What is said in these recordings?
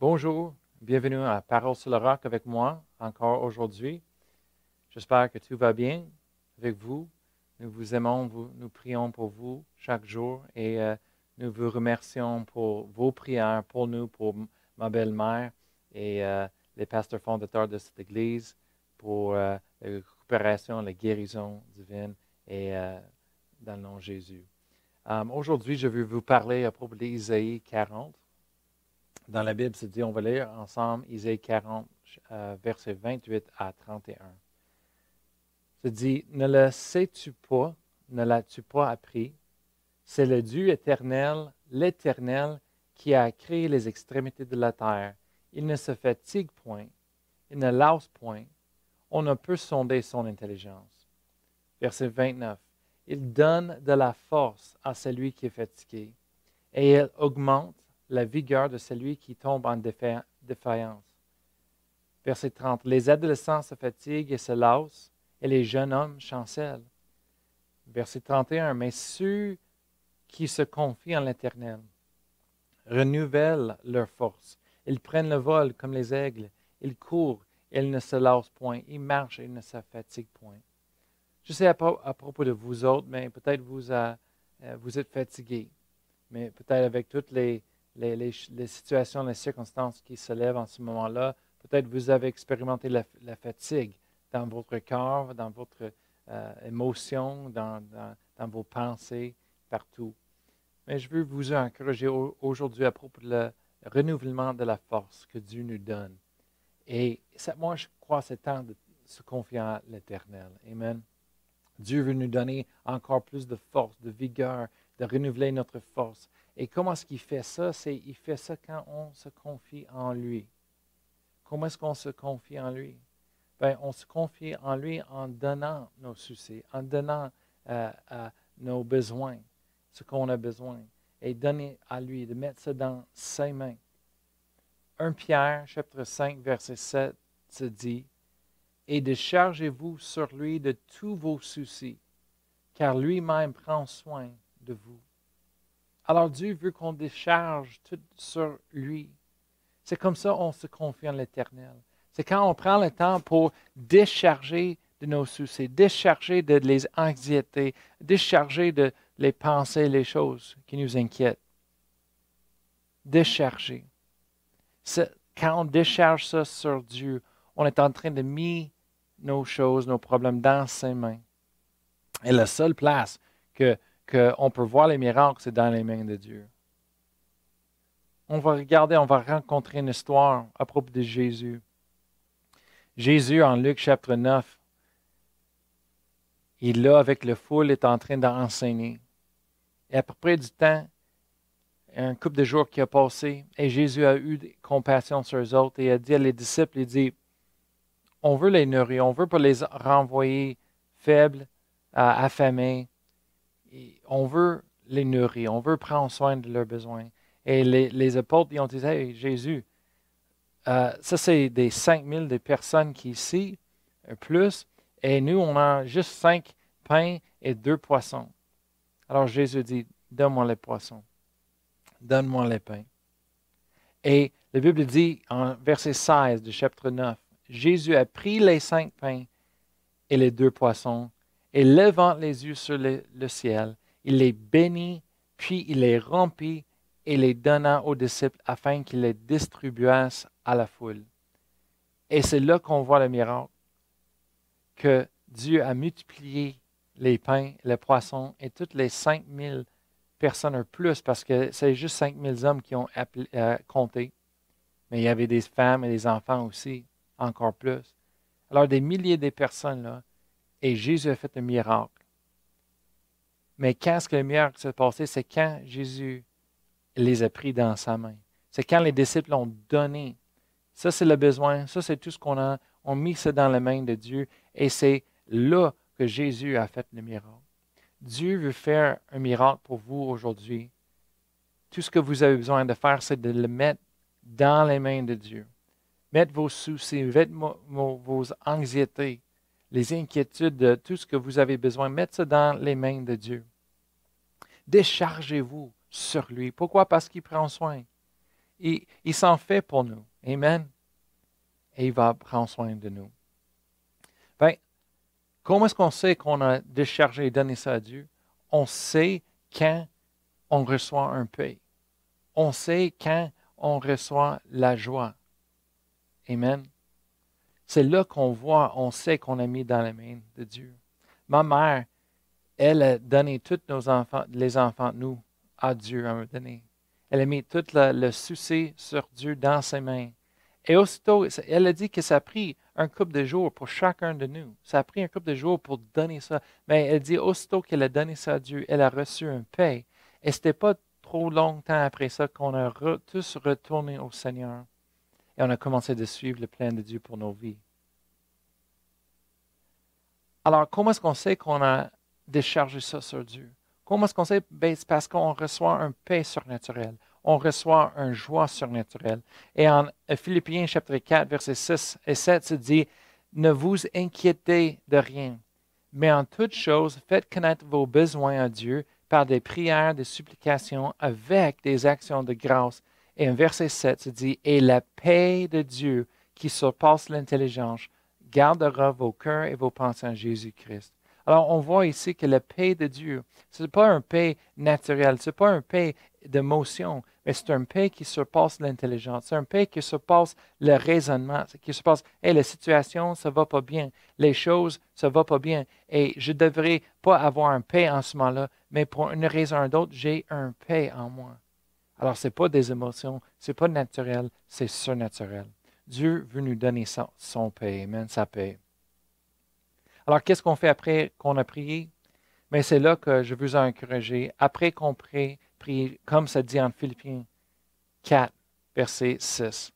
Bonjour, bienvenue à Parole sur le roc avec moi encore aujourd'hui. J'espère que tout va bien avec vous. Nous vous aimons, nous prions pour vous chaque jour et nous vous remercions pour vos prières pour nous, pour ma belle-mère et les pasteurs fondateurs de cette Église, pour la récupération, la guérison divine et dans le nom de Jésus. Aujourd'hui, je vais vous parler à propos d'Isaïe 40. Dans la Bible, c'est dit, on va lire ensemble Isaïe 40, versets 28 à 31. C'est dit, ne le sais-tu pas, ne l'as-tu pas appris? C'est le Dieu éternel, l'Éternel, qui a créé les extrémités de la terre. Il ne se fatigue point, il ne lasse point. On ne peut sonder son intelligence. Verset 29. Il donne de la force à celui qui est fatigué, et il augmente la vigueur de celui qui tombe en défaillance. Verset 30. Les adolescents se fatiguent et se lassent, et les jeunes hommes chancellent. Verset 31. Mais ceux qui se confient en l'Éternel renouvellent leur force. Ils prennent le vol comme les aigles. Ils courent et ils ne se lassent point. Ils marchent et ils ne se fatiguent point. Je sais à propos de vous autres, mais peut-être vous êtes fatigués. Mais peut-être avec toutes les situations, les circonstances qui se lèvent en ce moment-là, peut-être vous avez expérimenté la fatigue dans votre cœur, dans votre émotion, dans vos pensées, partout. Mais je veux vous encourager aujourd'hui à propos de le renouvellement de la force que Dieu nous donne. Et moi, je crois que c'est temps de se confier à l'Éternel. Amen. Dieu veut nous donner encore plus de force, de vigueur, de renouveler notre force. Et comment est-ce qu'il fait ça? Il fait ça quand on se confie en lui. Comment est-ce qu'on se confie en lui? Bien, on se confie en lui en donnant nos soucis, en donnant nos besoins, ce qu'on a besoin, et donner à lui, de mettre ça dans ses mains. 1 Pierre, chapitre 5, verset 7, se dit, « Et déchargez-vous sur lui de tous vos soucis, car lui-même prend soin de vous. » Alors Dieu veut qu'on décharge tout sur lui. C'est comme ça qu'on se confie en l'Éternel. C'est quand on prend le temps pour décharger de nos soucis, décharger de les anxiétés, décharger de les pensées, les choses qui nous inquiètent. Décharger. Quand on décharge ça sur Dieu, on est en train de mettre nos choses, nos problèmes dans ses mains. Et la seule place qu'on peut voir les miracles, c'est dans les mains de Dieu. On va regarder, on va rencontrer une histoire à propos de Jésus. Jésus, en Luc chapitre 9, il est là avec le foule, est en train d'enseigner. Et à peu près du temps, un couple de jours qui a passé, et Jésus a eu compassion sur eux autres, et a dit à les disciples, il dit, on veut les nourrir, on ne veut pas les renvoyer faibles, affamés. On veut les nourrir, on veut prendre soin de leurs besoins. Et les apôtres, ils ont dit, hey, Jésus, ça c'est des 5000 des personnes qui ici, plus, et nous, on a juste 5 pains et 2 poissons. Alors Jésus dit, donne-moi les poissons, donne-moi les pains. Et la Bible dit, en verset 16 du chapitre 9, Jésus a pris les 5 pains et les 2 poissons, et levant les yeux sur le ciel, il les bénit, puis il les rompit et les donna aux disciples afin qu'ils les distribuassent à la foule. Et c'est là qu'on voit le miracle, que Dieu a multiplié les pains, les poissons et toutes les 5000 personnes ou plus, parce que c'est juste 5000 hommes qui ont compté. Mais il y avait des femmes et des enfants aussi, encore plus. Alors des milliers de personnes là, et Jésus a fait un miracle. Mais quand est-ce que le miracle s'est passé? C'est quand Jésus les a pris dans sa main. C'est quand les disciples l'ont donné. Ça, c'est le besoin. Ça, c'est tout ce qu'on a. On a mis ça dans les mains de Dieu. Et c'est là que Jésus a fait le miracle. Dieu veut faire un miracle pour vous aujourd'hui. Tout ce que vous avez besoin de faire, c'est de le mettre dans les mains de Dieu. Mettre vos soucis, mettre vos anxiétés, les inquiétudes de tout ce que vous avez besoin, mettre ça dans les mains de Dieu. Déchargez-vous sur lui. Pourquoi? Parce qu'il prend soin. Il s'en fait pour nous. Amen. Et il va prendre soin de nous. Bien, comment est-ce qu'on sait qu'on a déchargé et donné ça à Dieu? On sait quand on reçoit un paix. On sait quand on reçoit la joie. Amen. C'est là qu'on voit, on sait qu'on a mis dans les mains de Dieu. Ma mère, elle a donné tous nos enfants, les enfants de nous, à Dieu à un moment donné. Elle a mis tout le souci sur Dieu dans ses mains. Et aussitôt, elle a dit que ça a pris un couple de jours pour chacun de nous. Ça a pris un couple de jours pour donner ça. Mais elle dit, aussitôt qu'elle a donné ça à Dieu, elle a reçu un paix. Et ce n'était pas trop longtemps après ça qu'on a tous retourné au Seigneur. Et on a commencé de suivre le plan de Dieu pour nos vies. Alors, comment est-ce qu'on sait qu'on a déchargé ça sur Dieu? Comment est-ce qu'on sait? Ben, c'est parce qu'on reçoit un paix surnaturel. On reçoit une joie surnaturelle. Et en Philippiens chapitre 4, versets 6 et 7, se dit, « Ne vous inquiétez de rien, mais en toute chose, faites connaître vos besoins à Dieu par des prières, des supplications, avec des actions de grâce. » Et en verset 7 se dit, « Et la paix de Dieu qui surpasse l'intelligence gardera vos cœurs et vos pensées en Jésus-Christ. » Alors, on voit ici que la paix de Dieu, ce n'est pas un paix naturel, ce n'est pas un paix d'émotion, mais c'est un paix qui surpasse l'intelligence. C'est un paix qui surpasse le raisonnement, qui surpasse, hey, la situation, ça ne va pas bien, les choses, ça ne va pas bien, et je ne devrais pas avoir un paix en ce moment-là, mais pour une raison ou d'autre, j'ai un paix en moi. Alors, ce n'est pas des émotions, ce n'est pas naturel, c'est surnaturel. Dieu veut nous donner son paix, amen, sa paix. Alors, qu'est-ce qu'on fait après qu'on a prié? Mais c'est là que je vous ai encouragé, après qu'on prie, comme ça dit en Philippiens 4, verset 6,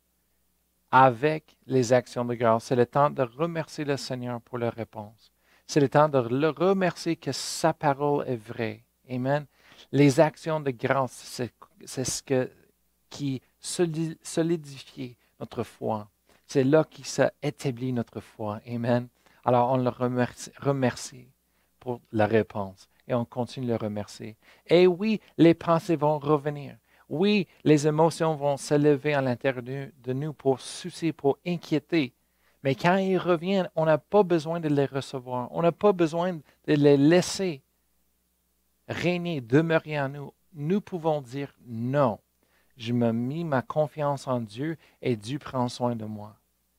avec les actions de grâce. C'est le temps de remercier le Seigneur pour la réponse. C'est le temps de le remercier que sa parole est vraie. Amen. Les actions de grâce, c'est qui solidifie notre foi. C'est là qui s'établit notre foi. Amen. Alors, on le remercie pour la réponse et on continue de le remercier. Et oui, les pensées vont revenir. Oui, les émotions vont s'élever à l'intérieur de nous pour soucier, pour inquiéter. Mais quand ils reviennent, on n'a pas besoin de les recevoir. On n'a pas besoin de les laisser régner, demeurer en nous. Nous pouvons dire non. Je me mis ma confiance en Dieu et Dieu prend soin de moi.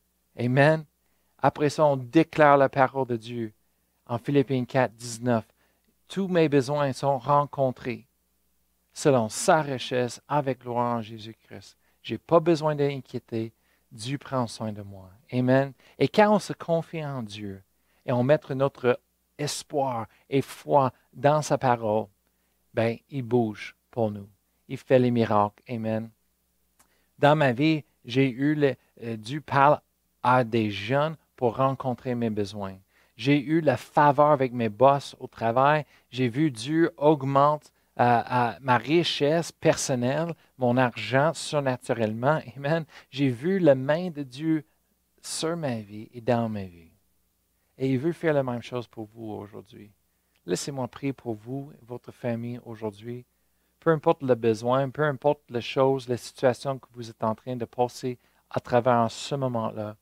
Amen. Après ça, on déclare la parole de Dieu en Philippiens 4, 19. Tous mes besoins sont rencontrés selon sa richesse avec gloire en Jésus-Christ. Je n'ai pas besoin d'inquiéter. Dieu prend soin de moi. Amen. Et quand on se confie en Dieu et on met notre espoir et foi dans sa parole, ben, il bouge pour nous. Il fait les miracles. Amen. Dans ma vie, j'ai eu Dieu parle à des jeunes pour rencontrer mes besoins. J'ai eu la faveur avec mes boss au travail. J'ai vu Dieu augmente ma richesse personnelle, mon argent surnaturellement. Amen. J'ai vu la main de Dieu sur ma vie et dans ma vie. Et il veut faire la même chose pour vous aujourd'hui. Laissez-moi prier pour vous et votre famille aujourd'hui. Peu importe le besoin, peu importe les choses, les situations que vous êtes en train de passer à travers ce moment-là,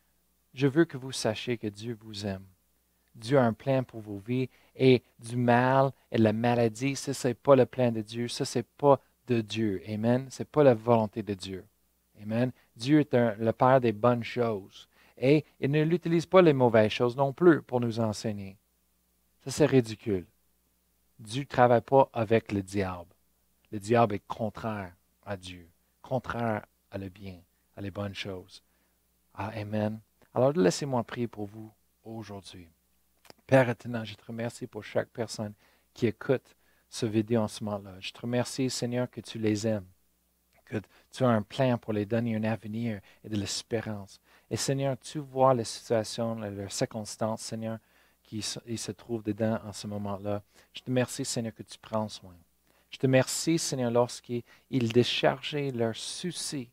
je veux que vous sachiez que Dieu vous aime. Dieu a un plan pour vos vies et du mal et la maladie, ça, ce n'est pas le plan de Dieu, ça, ce n'est pas de Dieu. Amen. Ce n'est pas la volonté de Dieu. Amen. Dieu est le Père des bonnes choses. Et il ne l'utilise pas les mauvaises choses non plus pour nous enseigner. Ça, c'est ridicule. Dieu ne travaille pas avec le diable. Le diable est contraire à Dieu, contraire à le bien, à les bonnes choses. Ah, amen. Alors, laissez-moi prier pour vous aujourd'hui. Père éternel, je te remercie pour chaque personne qui écoute ce vidéo en ce moment-là. Je te remercie, Seigneur, que tu les aimes, que tu as un plan pour les donner un avenir et de l'espérance. Et Seigneur, tu vois les situations, les circonstances, Seigneur, qui se trouvent dedans en ce moment-là. Je te remercie, Seigneur, que tu prends soin. Je te remercie, Seigneur, lorsqu'ils déchargeaient leurs soucis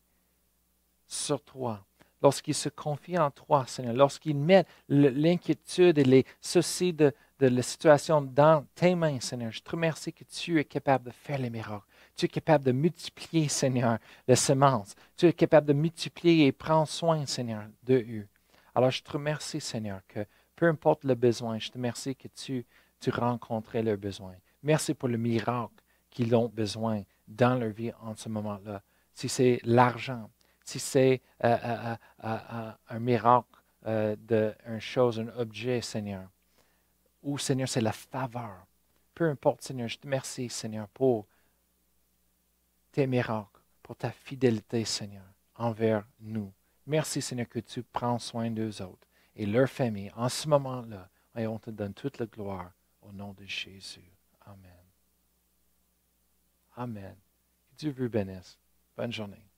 sur toi, lorsqu'ils se confient en toi, Seigneur, lorsqu'ils mettent l'inquiétude et les soucis de la situation dans tes mains, Seigneur. Je te remercie que tu es capable de faire les miracles. Tu es capable de multiplier, Seigneur, les semences. Tu es capable de multiplier et prendre soin, Seigneur, de eux. Alors, je te remercie, Seigneur, que peu importe le besoin, je te remercie que tu rencontrais leurs besoins. Merci pour le miracle qu'ils ont besoin dans leur vie en ce moment-là. Si c'est l'argent, si c'est un miracle d'une chose, un objet, Seigneur, ou Seigneur, c'est la faveur. Peu importe, Seigneur, je te remercie, Seigneur, pour tes miracles, pour ta fidélité, Seigneur, envers nous. Merci, Seigneur, que tu prends soin d'eux autres et leur famille en ce moment-là. Et on te donne toute la gloire au nom de Jésus. Amen. Amen. Que Dieu vous bénisse. Bonne journée.